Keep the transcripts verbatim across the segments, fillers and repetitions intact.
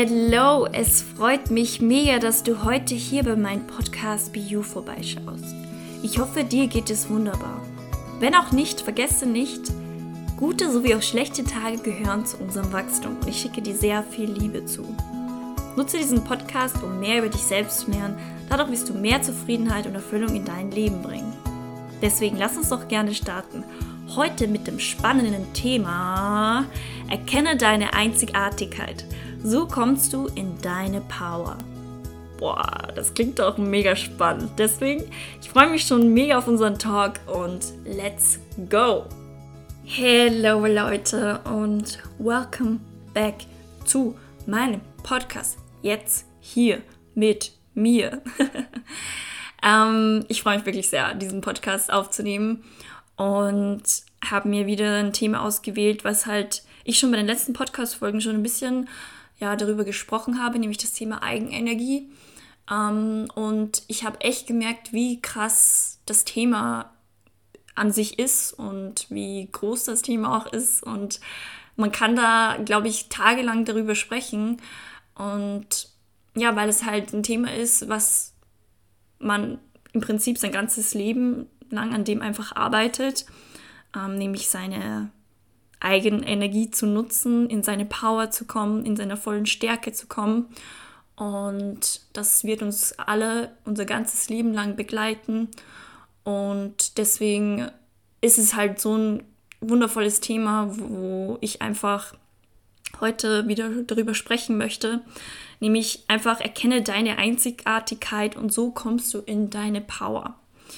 Hello, es freut mich mega, dass du heute hier bei meinem Podcast Be You vorbeischaust. Ich hoffe, dir geht es wunderbar. Wenn auch nicht, vergesse nicht, gute sowie auch schlechte Tage gehören zu unserem Wachstum und ich schicke dir sehr viel Liebe zu. Nutze diesen Podcast, um mehr über dich selbst zu lernen, dadurch wirst du mehr Zufriedenheit und Erfüllung in dein Leben bringen. Deswegen lass uns doch gerne starten. Heute mit dem spannenden Thema: Erkenne deine Einzigartigkeit. So kommst du in deine Power. Boah, das klingt doch mega spannend. Deswegen, ich freue mich schon mega auf unseren Talk und let's go! Hello Leute und welcome back zu meinem Podcast. Jetzt hier mit mir. ähm, ich freue mich wirklich sehr, diesen Podcast aufzunehmen und habe mir wieder ein Thema ausgewählt, was halt ich schon bei den letzten Podcast-Folgen schon ein bisschen ja, darüber gesprochen habe, nämlich das Thema Eigenenergie. Ähm, und ich habe echt gemerkt, wie krass das Thema an sich ist und wie groß das Thema auch ist. Und man kann da, glaube ich, tagelang darüber sprechen. Und ja, weil es halt ein Thema ist, was man im Prinzip sein ganzes Leben lang an dem einfach arbeitet, ähm, nämlich seine Eigenenergie zu nutzen, in seine Power zu kommen, in seiner vollen Stärke zu kommen. Und das wird uns alle unser ganzes Leben lang begleiten. Und deswegen ist es halt so ein wundervolles Thema, wo ich einfach heute wieder darüber sprechen möchte. Nämlich einfach erkenne deine Einzigartigkeit und so kommst du in deine Power.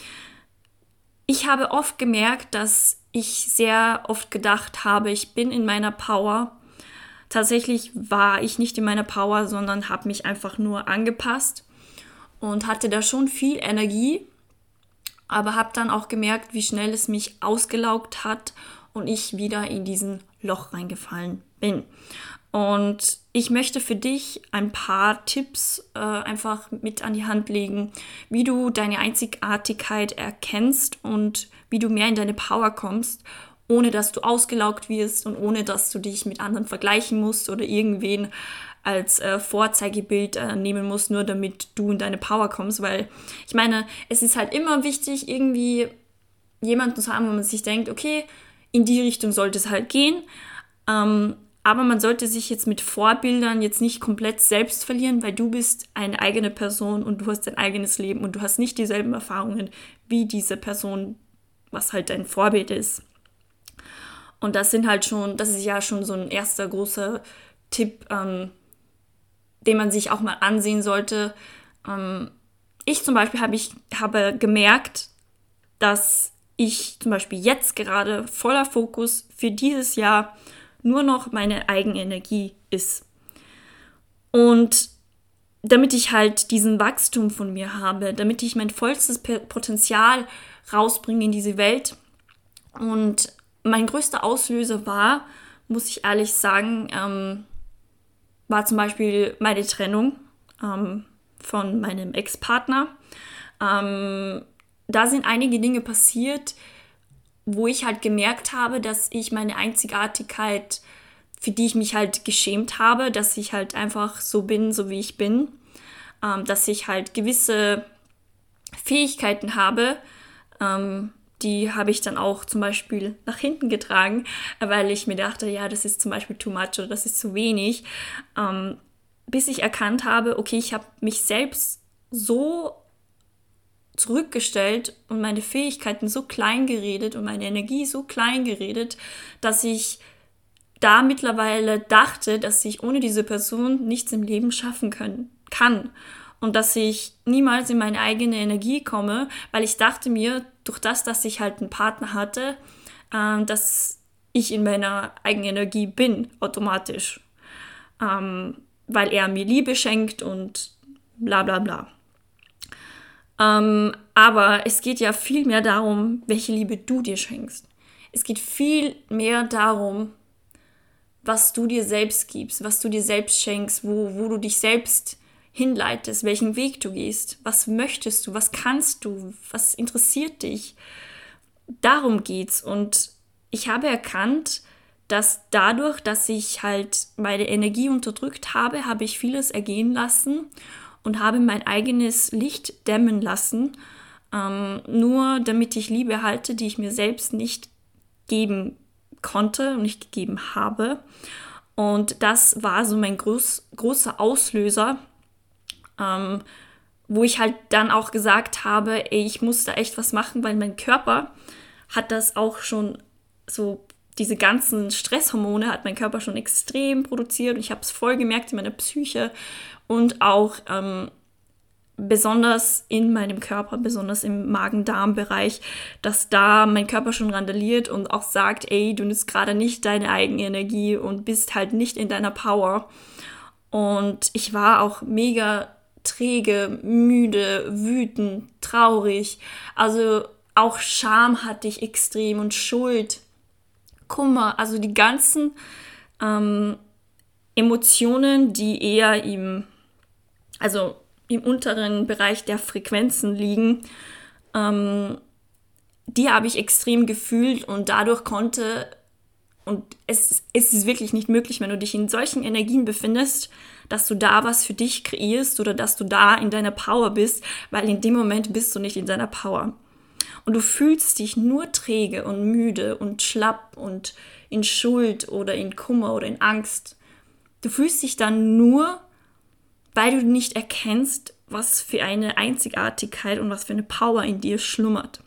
Ich habe oft gemerkt, dass ich sehr oft gedacht habe, ich bin in meiner Power. Tatsächlich war ich nicht in meiner Power, sondern habe mich einfach nur angepasst und hatte da schon viel Energie, aber habe dann auch gemerkt, wie schnell es mich ausgelaugt hat und ich wieder in diesen Loch reingefallen bin. Und ich möchte für dich ein paar Tipps äh, einfach mit an die Hand legen, wie du deine Einzigartigkeit erkennst und wie du mehr in deine Power kommst, ohne dass du ausgelaugt wirst und ohne dass du dich mit anderen vergleichen musst oder irgendwen als äh, Vorzeigebild äh, nehmen musst, nur damit du in deine Power kommst. Weil ich meine, es ist halt immer wichtig, irgendwie jemanden zu haben, wo man sich denkt, okay, in die Richtung sollte es halt gehen. Ähm, Aber man sollte sich jetzt mit Vorbildern jetzt nicht komplett selbst verlieren, weil du bist eine eigene Person und du hast dein eigenes Leben und du hast nicht dieselben Erfahrungen wie diese Person, was halt dein Vorbild ist. Und das sind halt schon, das ist ja schon so ein erster großer Tipp, ähm, den man sich auch mal ansehen sollte. Ähm, ich zum Beispiel habe ich habe gemerkt, dass ich zum Beispiel jetzt gerade voller Fokus für dieses Jahr nur noch meine Eigenenergie ist. Und damit ich halt diesen Wachstum von mir habe, damit ich mein vollstes Potenzial rausbringe in diese Welt. Und mein größter Auslöser war, muss ich ehrlich sagen, ähm, war zum Beispiel meine Trennung ähm, von meinem Ex-Partner. Ähm, da sind einige Dinge passiert, wo ich halt gemerkt habe, dass ich meine Einzigartigkeit, für die ich mich halt geschämt habe, dass ich halt einfach so bin, so wie ich bin, ähm, dass ich halt gewisse Fähigkeiten habe, ähm, die habe ich dann auch zum Beispiel nach hinten getragen, weil ich mir dachte, ja, das ist zum Beispiel too much oder das ist zu wenig, ähm, bis ich erkannt habe, okay, ich habe mich selbst so zurückgestellt und meine Fähigkeiten so klein geredet und meine Energie so klein geredet, dass ich da mittlerweile dachte, dass ich ohne diese Person nichts im Leben schaffen können, kann. Und dass ich niemals in meine eigene Energie komme, weil ich dachte mir, durch das, dass ich halt einen Partner hatte, ähm, dass ich in meiner eigenen Energie bin, automatisch. Ähm, weil er mir Liebe schenkt und bla bla bla. Ähm, aber es geht ja viel mehr darum, welche Liebe du dir schenkst. Es geht viel mehr darum, was du dir selbst gibst, was du dir selbst schenkst, wo, wo du dich selbst hinleitest, welchen Weg du gehst, was möchtest du, was kannst du, was interessiert dich. Darum geht's. Und ich habe erkannt, dass dadurch, dass ich halt meine Energie unterdrückt habe, habe ich vieles ergehen lassen und habe mein eigenes Licht dämmen lassen, ähm, nur damit ich Liebe erhalte, die ich mir selbst nicht geben konnte und nicht gegeben habe. Und das war so mein groß, großer Auslöser, ähm, wo ich halt dann auch gesagt habe, ey, ich muss da echt was machen, weil mein Körper hat das auch schon so, diese ganzen Stresshormone hat mein Körper schon extrem produziert und ich habe es voll gemerkt in meiner Psyche und auch ähm, besonders in meinem Körper, besonders im Magen-Darm-Bereich, dass da mein Körper schon randaliert und auch sagt, ey, du nutzt gerade nicht deine eigene Energie und bist halt nicht in deiner Power. Und ich war auch mega träge, müde, wütend, traurig. Also auch Scham hatte ich extrem und Schuld, Kummer, also die ganzen ähm, Emotionen, die eher im, also im unteren Bereich der Frequenzen liegen, ähm, die habe ich extrem gefühlt und dadurch konnte, und es, es ist wirklich nicht möglich, wenn du dich in solchen Energien befindest, dass du da was für dich kreierst oder dass du da in deiner Power bist, weil in dem Moment bist du nicht in deiner Power. Und du fühlst dich nur träge und müde und schlapp und in Schuld oder in Kummer oder in Angst. Du fühlst dich dann nur, weil du nicht erkennst, was für eine Einzigartigkeit und was für eine Power in dir schlummert.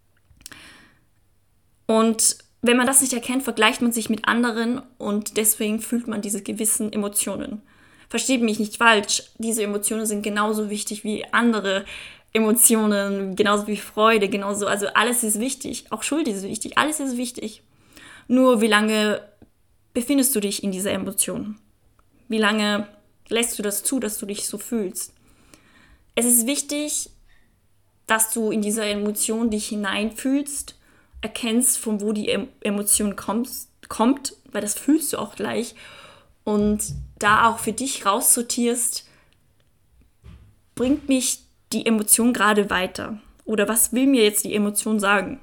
Und wenn man das nicht erkennt, vergleicht man sich mit anderen und deswegen fühlt man diese gewissen Emotionen. Versteht mich nicht falsch, diese Emotionen sind genauso wichtig wie andere Emotionen, genauso wie Freude, genauso, also alles ist wichtig, auch Schuld ist wichtig, alles ist wichtig. Nur wie lange befindest du dich in dieser Emotion? Wie lange lässt du das zu, dass du dich so fühlst? Es ist wichtig, dass du in dieser Emotion dich hineinfühlst, erkennst, von wo die Emotion kommt, kommt, weil das fühlst du auch gleich und da auch für dich raussortierst, bringt mich die Emotion gerade weiter? Oder was will mir jetzt die Emotion sagen?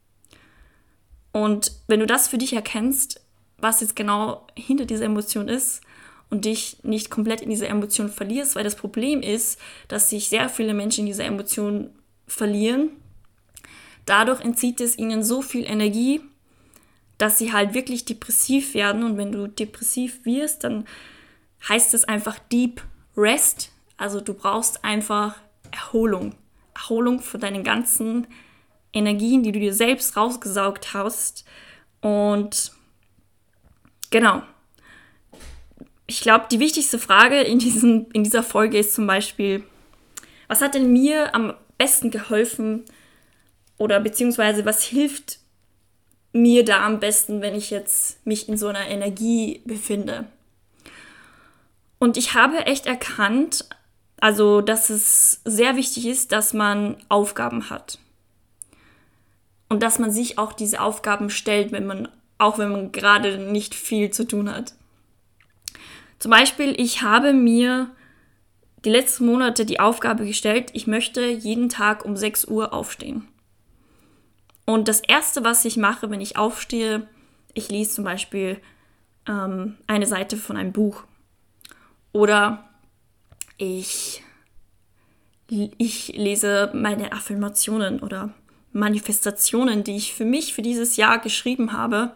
Und wenn du das für dich erkennst, was jetzt genau hinter dieser Emotion ist und dich nicht komplett in dieser Emotion verlierst, weil das Problem ist, dass sich sehr viele Menschen in dieser Emotion verlieren. Dadurch entzieht es ihnen so viel Energie, dass sie halt wirklich depressiv werden. Und wenn du depressiv wirst, dann heißt es einfach Deep Rest. Also du brauchst einfach Erholung. Erholung von deinen ganzen Energien, die du dir selbst rausgesaugt hast. Und genau. Ich glaube, die wichtigste Frage in, diesem, in dieser Folge ist zum Beispiel, was hat denn mir am besten geholfen oder beziehungsweise was hilft mir da am besten, wenn ich jetzt mich in so einer Energie befinde? Und ich habe echt erkannt, also dass es sehr wichtig ist, dass man Aufgaben hat. Und dass man sich auch diese Aufgaben stellt, wenn man, auch wenn man gerade nicht viel zu tun hat. Zum Beispiel, ich habe mir die letzten Monate die Aufgabe gestellt, ich möchte jeden Tag um sechs Uhr aufstehen. Und das Erste, was ich mache, wenn ich aufstehe, ich lese zum Beispiel ähm, eine Seite von einem Buch. Oder ich, ich lese meine Affirmationen oder Manifestationen, die ich für mich für dieses Jahr geschrieben habe.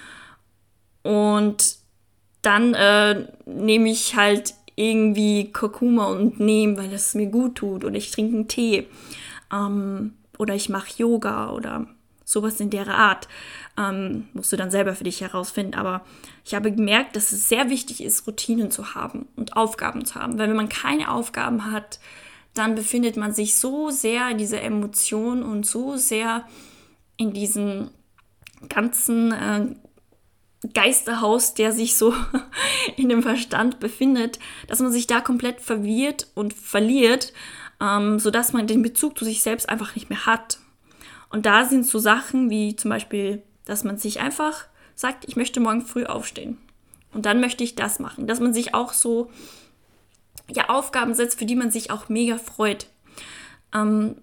Und dann äh, nehme ich halt irgendwie Kurkuma und Neem, weil es mir gut tut. Oder ich trinke einen Tee. Ähm, oder ich mache Yoga oder sowas in der Art. Ähm, musst du dann selber für dich herausfinden. Aber ich habe gemerkt, dass es sehr wichtig ist, Routinen zu haben und Aufgaben zu haben. Weil wenn man keine Aufgaben hat, dann befindet man sich so sehr in dieser Emotion und so sehr in diesem ganzen äh, Geisterhaus, der sich so in dem Verstand befindet, dass man sich da komplett verwirrt und verliert, ähm, sodass man den Bezug zu sich selbst einfach nicht mehr hat. Und da sind so Sachen wie zum Beispiel, dass man sich einfach sagt, ich möchte morgen früh aufstehen. Und dann möchte ich das machen. Dass man sich auch so ja, Aufgaben setzt, für die man sich auch mega freut. Ähm,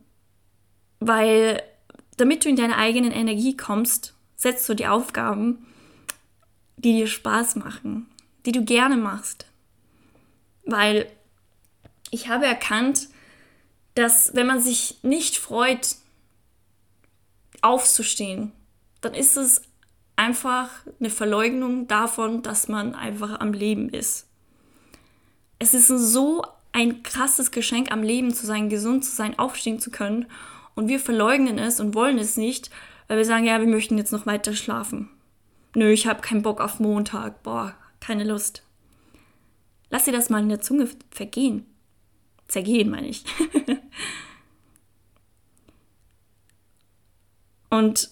weil damit du in deine eigenen Energie kommst, setzt du die Aufgaben, die dir Spaß machen, die du gerne machst. Weil ich habe erkannt, dass wenn man sich nicht freut, aufzustehen, dann ist es einfach eine Verleugnung davon, dass man einfach am Leben ist. Es ist so ein krasses Geschenk, am Leben zu sein, gesund zu sein, aufstehen zu können. Und wir verleugnen es und wollen es nicht, weil wir sagen, ja, wir möchten jetzt noch weiter schlafen. Nö, ich habe keinen Bock auf Montag. Boah, keine Lust. Lass dir das mal in der Zunge vergehen. Zergehen, meine ich. Und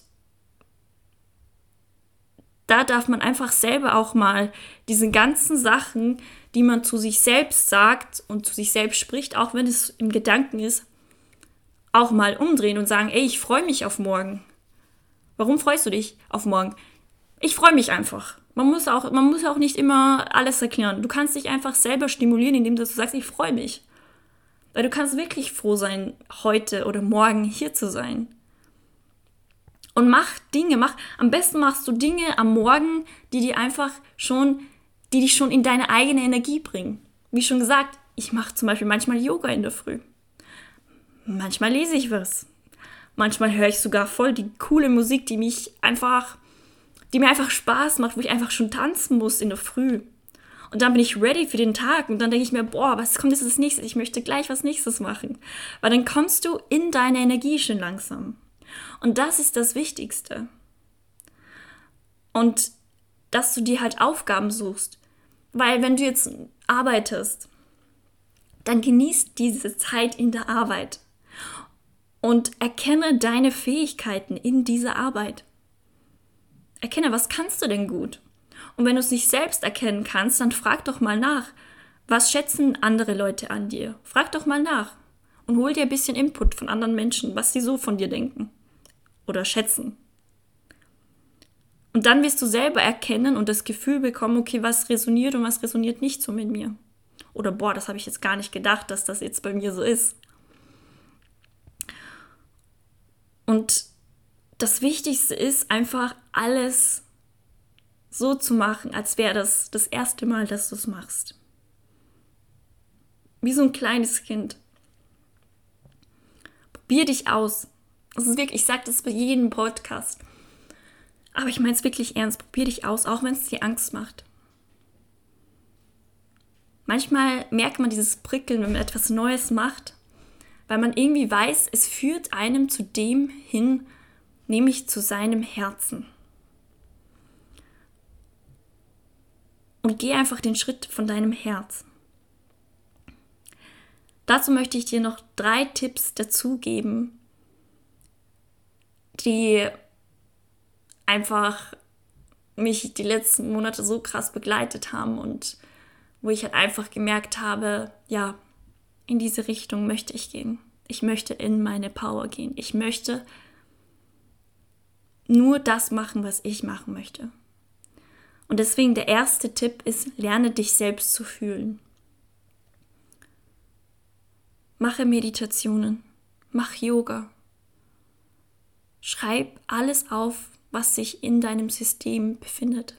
da darf man einfach selber auch mal diese ganzen Sachen, die man zu sich selbst sagt und zu sich selbst spricht, auch wenn es im Gedanken ist, auch mal umdrehen und sagen, ey, ich freue mich auf morgen. Warum freust du dich auf morgen? Ich freue mich einfach. Man muss auch, man muss auch nicht immer alles erklären. Du kannst dich einfach selber stimulieren, indem du sagst, ich freue mich. Weil du kannst wirklich froh sein, heute oder morgen hier zu sein. Und mach Dinge, mach, am besten machst du Dinge am Morgen, die dir einfach schon, die dich schon in deine eigene Energie bringen. Wie schon gesagt, ich mache zum Beispiel manchmal Yoga in der Früh. Manchmal lese ich was. Manchmal höre ich sogar voll die coole Musik, die mich einfach, die mir einfach Spaß macht, wo ich einfach schon tanzen muss in der Früh. Und dann bin ich ready für den Tag und dann denke ich mir, boah, was kommt jetzt als nächstes? Ich möchte gleich was Nächstes machen. Weil dann kommst du in deine Energie schon langsam. Und das ist das Wichtigste. Und dass du dir halt Aufgaben suchst. Weil wenn du jetzt arbeitest, dann genießt diese Zeit in der Arbeit. Und erkenne deine Fähigkeiten in dieser Arbeit. Erkenne, was kannst du denn gut? Und wenn du es nicht selbst erkennen kannst, dann frag doch mal nach. Was schätzen andere Leute an dir? Frag doch mal nach. Und hol dir ein bisschen Input von anderen Menschen, was sie so von dir denken. Oder schätzen. Und dann wirst du selber erkennen und das Gefühl bekommen, okay, was resoniert und was resoniert nicht so mit mir. Oder boah, das habe ich jetzt gar nicht gedacht, dass das jetzt bei mir so ist. Und das Wichtigste ist einfach alles so zu machen, als wäre das das erste Mal, dass du es machst. Wie so ein kleines Kind. Probier dich aus. Das ist wirklich, ich sage das bei jedem Podcast. Aber ich meine es wirklich ernst. Probier dich aus, auch wenn es dir Angst macht. Manchmal merkt man dieses Prickeln, wenn man etwas Neues macht, weil man irgendwie weiß, es führt einem zu dem hin, nämlich zu seinem Herzen. Und geh einfach den Schritt von deinem Herz. Dazu möchte ich dir noch drei Tipps dazu geben, die einfach mich die letzten Monate so krass begleitet haben und wo ich halt einfach gemerkt habe, ja, in diese Richtung möchte ich gehen. Ich möchte in meine Power gehen. Ich möchte nur das machen, was ich machen möchte. Und deswegen der erste Tipp ist, lerne dich selbst zu fühlen. Mache Meditationen, mach Yoga. Schreib alles auf, was sich in deinem System befindet.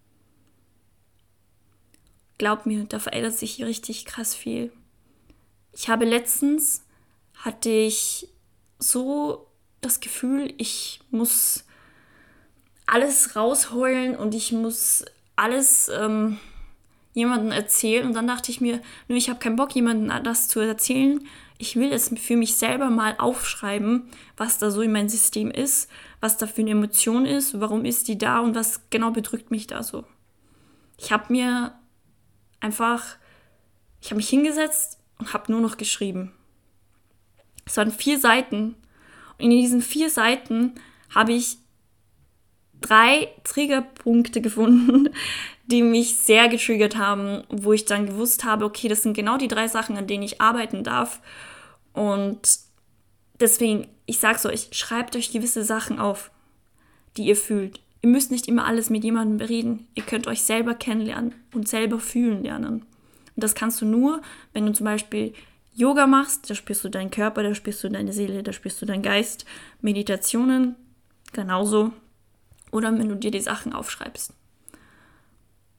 Glaub mir, da verändert sich hier richtig krass viel. Ich habe letztens, hatte ich so das Gefühl, ich muss alles rausholen und ich muss alles ähm, jemandem erzählen. Und dann dachte ich mir, nö, ich habe keinen Bock, jemandem das zu erzählen. Ich will es für mich selber mal aufschreiben, was da so in meinem System ist, was da für eine Emotion ist, warum ist die da und was genau bedrückt mich da so. Ich habe mir einfach, ich habe mich hingesetzt und habe nur noch geschrieben. Es waren vier Seiten. Und in diesen vier Seiten habe ich drei Triggerpunkte gefunden, die mich sehr getriggert haben, wo ich dann gewusst habe, okay, das sind genau die drei Sachen, an denen ich arbeiten darf. Und deswegen, ich sag's euch, schreibt euch gewisse Sachen auf, die ihr fühlt. Ihr müsst nicht immer alles mit jemandem bereden. Ihr könnt euch selber kennenlernen und selber fühlen lernen. Und das kannst du nur, wenn du zum Beispiel Yoga machst, da spürst du deinen Körper, da spürst du deine Seele, da spürst du deinen Geist. Meditationen genauso. Oder wenn du dir die Sachen aufschreibst.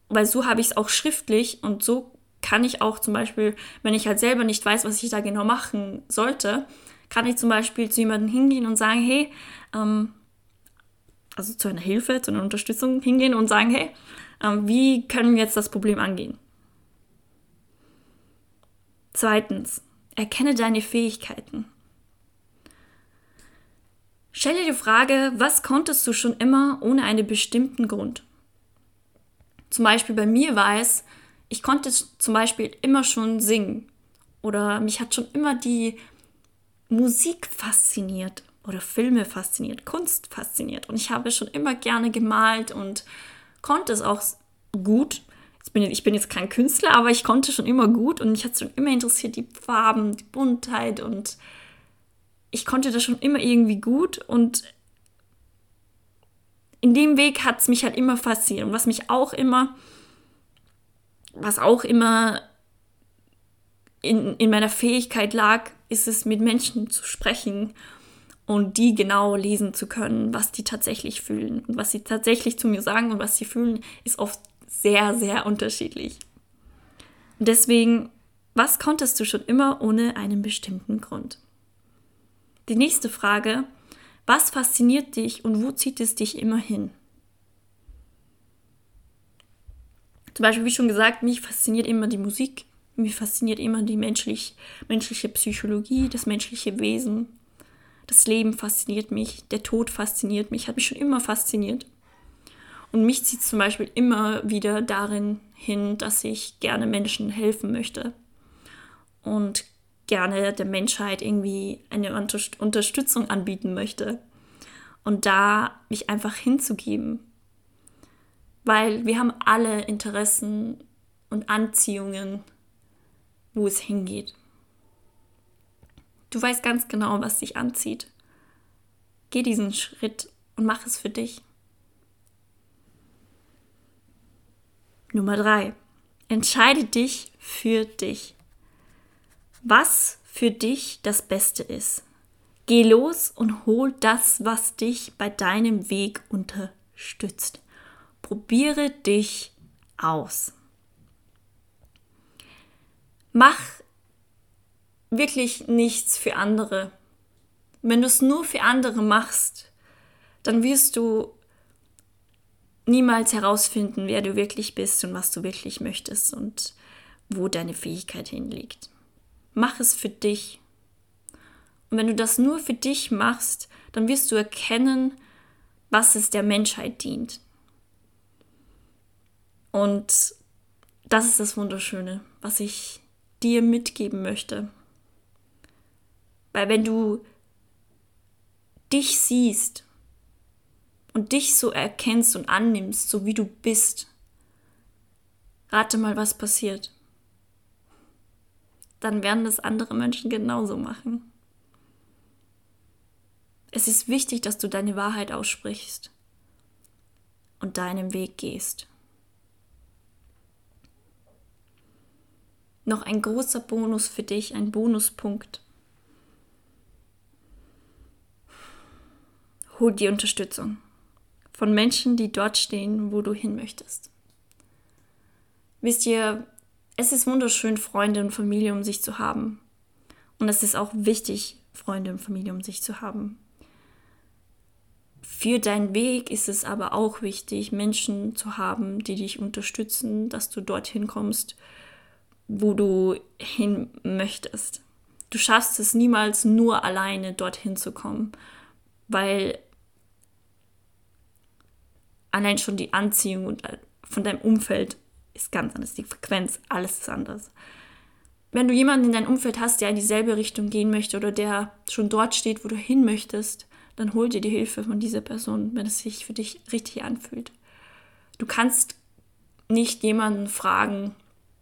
weil so habe ich es auch schriftlich und so kann ich auch zum Beispiel, wenn ich halt selber nicht weiß, was ich da genau machen sollte, kann ich zum Beispiel zu jemandem hingehen und sagen, hey, ähm, also zu einer Hilfe, zu einer Unterstützung hingehen und sagen, hey, ähm, wie können wir jetzt das Problem angehen? Zweitens, erkenne deine Fähigkeiten. Stell dir die Frage, was konntest du schon immer ohne einen bestimmten Grund? Zum Beispiel bei mir war es, ich konnte zum Beispiel immer schon singen oder mich hat schon immer die Musik fasziniert oder Filme fasziniert, Kunst fasziniert und ich habe schon immer gerne gemalt und konnte es auch gut. Ich bin, ich bin jetzt kein Künstler, aber ich konnte schon immer gut und mich hat schon immer interessiert, die Farben, die Buntheit und ich konnte das schon immer irgendwie gut und in dem Weg hat es mich halt immer fasziniert. Und was mich auch immer, was auch immer in, in meiner Fähigkeit lag, ist es, mit Menschen zu sprechen und die genau lesen zu können, was die tatsächlich fühlen. Und was sie tatsächlich zu mir sagen und was sie fühlen, ist oft sehr, sehr unterschiedlich. Und deswegen, was konntest du schon immer ohne einen bestimmten Grund? Die nächste Frage, was fasziniert dich und wo zieht es dich immer hin? Zum Beispiel, wie schon gesagt, mich fasziniert immer die Musik, mich fasziniert immer die menschlich, menschliche Psychologie, das menschliche Wesen. Das Leben fasziniert mich, der Tod fasziniert mich, hat mich schon immer fasziniert. Und mich zieht es zum Beispiel immer wieder darin hin, dass ich gerne Menschen helfen möchte und gerne der Menschheit irgendwie eine Unterstützung anbieten möchte und da mich einfach hinzugeben. Weil wir haben alle Interessen und Anziehungen, wo es hingeht. Du weißt ganz genau, was dich anzieht. Geh diesen Schritt und mach es für dich. Nummer drei. Entscheide dich für dich. Was für dich das Beste ist. Geh los und hol das, was dich bei deinem Weg unterstützt. Probiere dich aus. Mach wirklich nichts für andere. Wenn du es nur für andere machst, dann wirst du niemals herausfinden, wer du wirklich bist und was du wirklich möchtest und wo deine Fähigkeit hinliegt. Mach es für dich. Und wenn du das nur für dich machst, dann wirst du erkennen, was es der Menschheit dient. Und das ist das Wunderschöne, was ich dir mitgeben möchte. Weil wenn du dich siehst und dich so erkennst und annimmst, so wie du bist, rate mal, was passiert. Dann werden das andere Menschen genauso machen. Es ist wichtig, dass du deine Wahrheit aussprichst und deinen Weg gehst. Noch ein großer Bonus für dich, ein Bonuspunkt. Hol dir Unterstützung von Menschen, die dort stehen, wo du hin möchtest. Wisst ihr, es ist wunderschön, Freunde und Familie um sich zu haben. Und es ist auch wichtig, Freunde und Familie um sich zu haben. Für deinen Weg ist es aber auch wichtig, Menschen zu haben, die dich unterstützen, dass du dorthin kommst, wo du hin möchtest. Du schaffst es niemals nur alleine, dorthin zu kommen, weil allein schon die Anziehung von deinem Umfeld ist ganz anders, die Frequenz, alles ist anders. Wenn du jemanden in deinem Umfeld hast, der in dieselbe Richtung gehen möchte oder der schon dort steht, wo du hin möchtest, dann hol dir die Hilfe von dieser Person, wenn es sich für dich richtig anfühlt. Du kannst nicht jemanden fragen,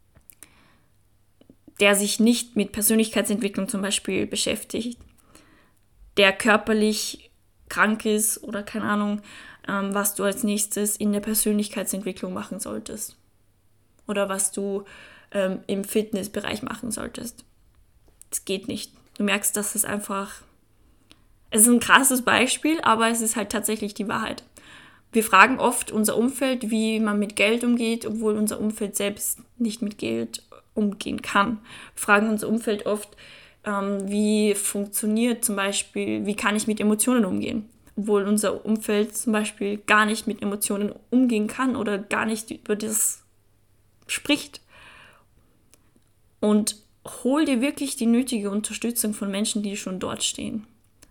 der sich nicht mit Persönlichkeitsentwicklung zum Beispiel beschäftigt, der körperlich krank ist oder keine Ahnung, ähm, was du als nächstes in der Persönlichkeitsentwicklung machen solltest oder was du ähm, im Fitnessbereich machen solltest. Das geht nicht. Du merkst, dass es einfach, es ist ein krasses Beispiel, aber es ist halt tatsächlich die Wahrheit. Wir fragen oft unser Umfeld, wie man mit Geld umgeht, obwohl unser Umfeld selbst nicht mit Geld umgehen kann. Wir fragen unser Umfeld oft, ähm, wie funktioniert zum Beispiel, wie kann ich mit Emotionen umgehen, obwohl unser Umfeld zum Beispiel gar nicht mit Emotionen umgehen kann oder gar nicht über das spricht. Und hol dir wirklich die nötige Unterstützung von Menschen, die schon dort stehen.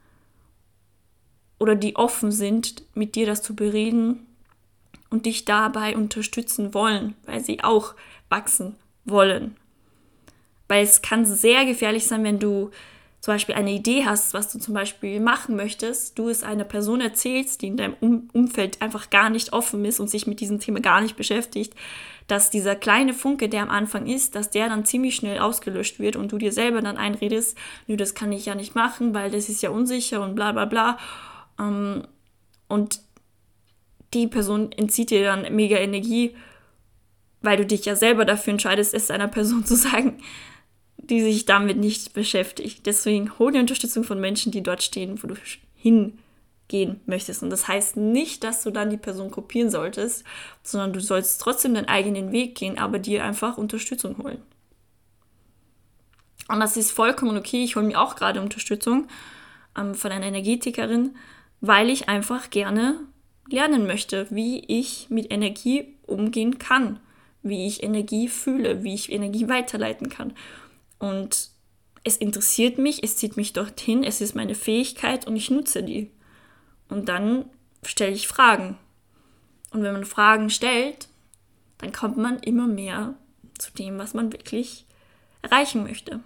Oder die offen sind, mit dir das zu bereden und dich dabei unterstützen wollen, weil sie auch wachsen wollen. Weil es kann sehr gefährlich sein, wenn du zum Beispiel eine Idee hast, was du zum Beispiel machen möchtest, du es einer Person erzählst, die in deinem um- Umfeld einfach gar nicht offen ist und sich mit diesem Thema gar nicht beschäftigt, dass dieser kleine Funke, der am Anfang ist, dass der dann ziemlich schnell ausgelöscht wird und du dir selber dann einredest, nö, das kann ich ja nicht machen, weil das ist ja unsicher und bla bla bla. Und die Person entzieht dir dann mega Energie, weil du dich ja selber dafür entscheidest, es einer Person zu sagen, die sich damit nicht beschäftigt. Deswegen hol dir Unterstützung von Menschen, die dort stehen, wo du hingehen möchtest. Und das heißt nicht, dass du dann die Person kopieren solltest, sondern du sollst trotzdem deinen eigenen Weg gehen, aber dir einfach Unterstützung holen. Und das ist vollkommen okay. Ich hole mir auch gerade Unterstützung ähm, von einer Energetikerin, weil ich einfach gerne lernen möchte, wie ich mit Energie umgehen kann, wie ich Energie fühle, wie ich Energie weiterleiten kann. Und es interessiert mich, es zieht mich dorthin, es ist meine Fähigkeit und ich nutze die. Und dann stelle ich Fragen. Und wenn man Fragen stellt, dann kommt man immer mehr zu dem, was man wirklich erreichen möchte.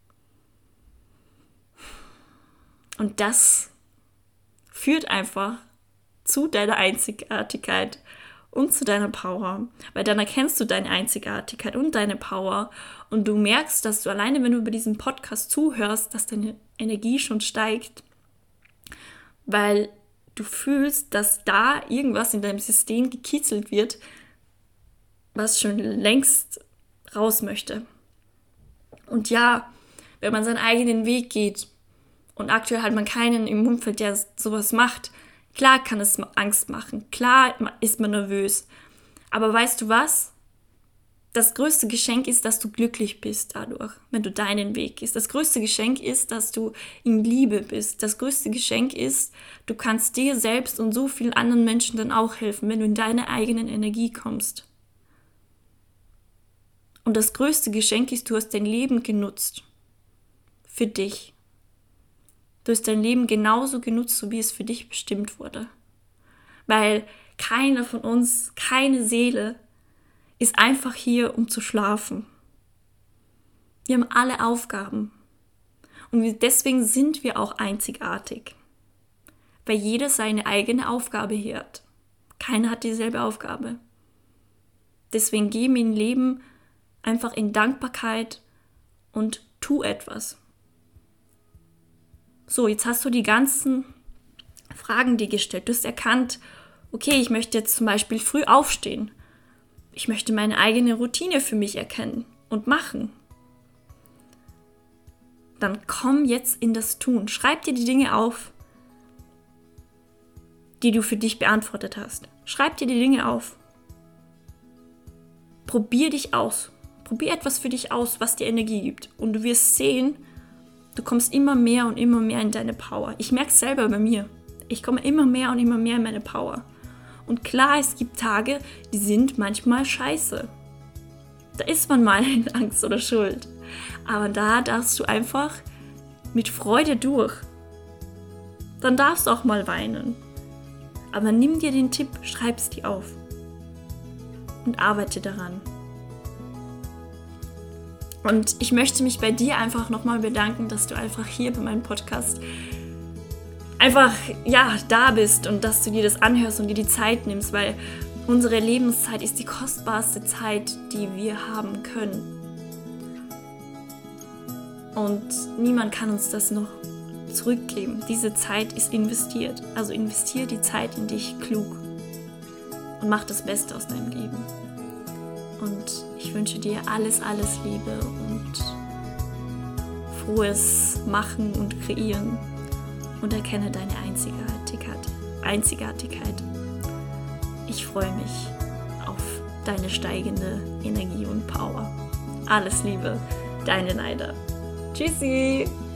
Und das führt einfach zu deiner Einzigartigkeit und zu deiner Power. Weil dann erkennst du deine Einzigartigkeit und deine Power und du merkst, dass du alleine, wenn du über diesen Podcast zuhörst, dass deine Energie schon steigt, weil du fühlst, dass da irgendwas in deinem System gekitzelt wird, was schon längst raus möchte. Und ja, wenn man seinen eigenen Weg geht, und aktuell hat man keinen im Umfeld, der sowas macht. Klar kann es Angst machen. Klar ist man nervös. Aber weißt du was? Das größte Geschenk ist, dass du glücklich bist dadurch, wenn du deinen Weg gehst. Das größte Geschenk ist, dass du in Liebe bist. Das größte Geschenk ist, du kannst dir selbst und so vielen anderen Menschen dann auch helfen, wenn du in deine eigenen Energie kommst. Und das größte Geschenk ist, du hast dein Leben genutzt. Für dich. Du hast dein Leben genauso genutzt, so wie es für dich bestimmt wurde. Weil keiner von uns, keine Seele ist einfach hier, um zu schlafen. Wir haben alle Aufgaben. Und deswegen sind wir auch einzigartig. Weil jeder seine eigene Aufgabe hier hat. Keiner hat dieselbe Aufgabe. Deswegen geh im Leben einfach in Dankbarkeit und tu etwas. So, jetzt hast du die ganzen Fragen dir gestellt. Du hast erkannt, okay, ich möchte jetzt zum Beispiel früh aufstehen. Ich möchte meine eigene Routine für mich erkennen und machen. Dann komm jetzt in das Tun. Schreib dir die Dinge auf, die du für dich beantwortet hast. Schreib dir die Dinge auf. Probier dich aus. Probier etwas für dich aus, was dir Energie gibt. Und du wirst sehen, du kommst immer mehr und immer mehr in deine Power. Ich merke es selber bei mir. Ich komme immer mehr und immer mehr in meine Power. Und klar, es gibt Tage, die sind manchmal scheiße. Da ist man mal in Angst oder Schuld. Aber da darfst du einfach mit Freude durch. Dann darfst du auch mal weinen. Aber nimm dir den Tipp, schreib es dir auf. Und arbeite daran. Und ich möchte mich bei dir einfach nochmal bedanken, dass du einfach hier bei meinem Podcast einfach, ja, da bist und dass du dir das anhörst und dir die Zeit nimmst, weil unsere Lebenszeit ist die kostbarste Zeit, die wir haben können. Und niemand kann uns das noch zurückgeben. Diese Zeit ist investiert. Also investier die Zeit in dich klug und mach das Beste aus deinem Leben. Und ich wünsche dir alles, alles Liebe und frohes Machen und Kreieren und erkenne deine Einzigartigkeit. Einzigartigkeit. ich freue mich auf deine steigende Energie und Power. Alles Liebe, deine Naida. Tschüssi!